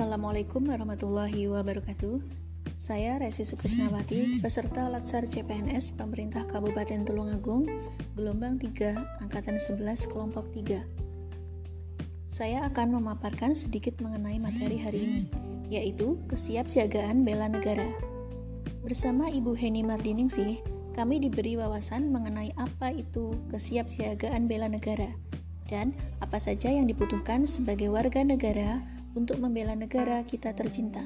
Assalamualaikum warahmatullahi wabarakatuh. Saya Resi Sukrisnawati, peserta Latsar CPNS Pemerintah Kabupaten Tulungagung, gelombang 3, angkatan 11, kelompok 3. Saya akan memaparkan sedikit mengenai materi hari ini, yaitu kesiapsiagaan bela negara. Bersama Ibu Heni Mardiningsih, kami diberi wawasan mengenai apa itu kesiapsiagaan bela negara dan apa saja yang dibutuhkan sebagai warga negara untuk membela negara kita tercinta.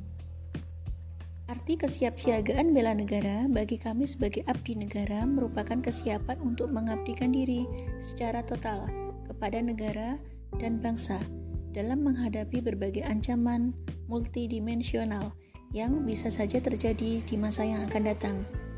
Arti kesiapsiagaan bela negara bagi kami sebagai abdi negara merupakan kesiapan untuk mengabdikan diri secara total kepada negara dan bangsa dalam menghadapi berbagai ancaman multidimensional yang bisa saja terjadi di masa yang akan datang.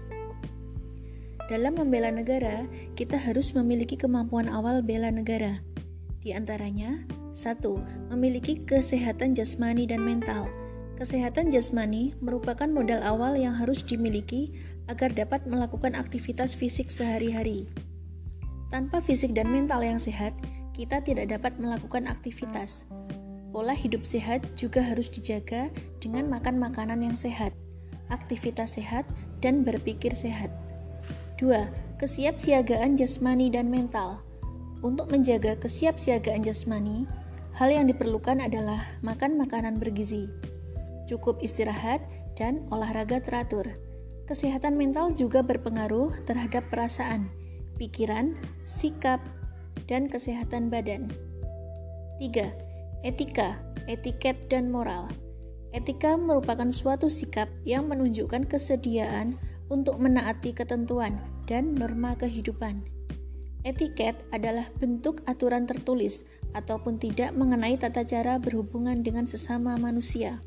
Dalam membela negara, kita harus memiliki kemampuan awal bela negara. Di antaranya, 1. Memiliki kesehatan jasmani dan mental. Kesehatan jasmani merupakan modal awal yang harus dimiliki agar dapat melakukan aktivitas fisik sehari-hari. Tanpa fisik dan mental yang sehat, kita tidak dapat melakukan aktivitas. Pola hidup sehat juga harus dijaga dengan makan makanan yang sehat, aktivitas sehat, dan berpikir sehat. 2. Kesiapsiagaan jasmani dan mental. Untuk menjaga kesiapsiagaan jasmani, hal yang diperlukan adalah makan makanan bergizi, cukup istirahat, dan olahraga teratur. Kesehatan mental juga berpengaruh terhadap perasaan, pikiran, sikap, dan kesehatan badan. 3. Etika, etiket, dan moral. Etika merupakan suatu sikap yang menunjukkan kesediaan untuk menaati ketentuan dan norma kehidupan. Etiket adalah bentuk aturan tertulis ataupun tidak mengenai tata cara berhubungan dengan sesama manusia.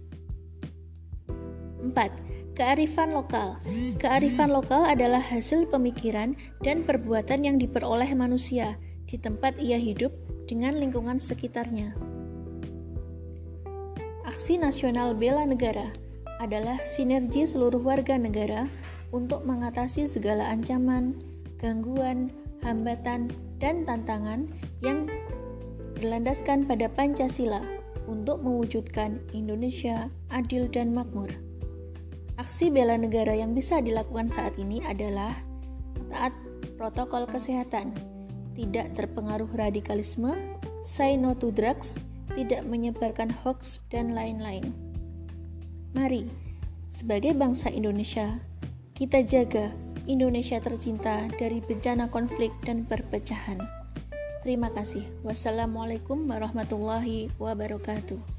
4. Kearifan lokal. Kearifan lokal adalah hasil pemikiran dan perbuatan yang diperoleh manusia di tempat ia hidup dengan lingkungan sekitarnya. Aksi Nasional Bela Negara adalah sinergi seluruh warga negara untuk mengatasi segala ancaman, gangguan, hambatan, dan tantangan yang berlandaskan pada Pancasila untuk mewujudkan Indonesia adil dan makmur. Aksi bela negara yang bisa dilakukan saat ini adalah taat protokol kesehatan, tidak terpengaruh radikalisme, say no to drugs, tidak menyebarkan hoax, dan lain-lain. Mari, sebagai bangsa Indonesia, kita jaga Indonesia tercinta dari bencana konflik dan perpecahan. Terima kasih. Wassalamualaikum warahmatullahi wabarakatuh.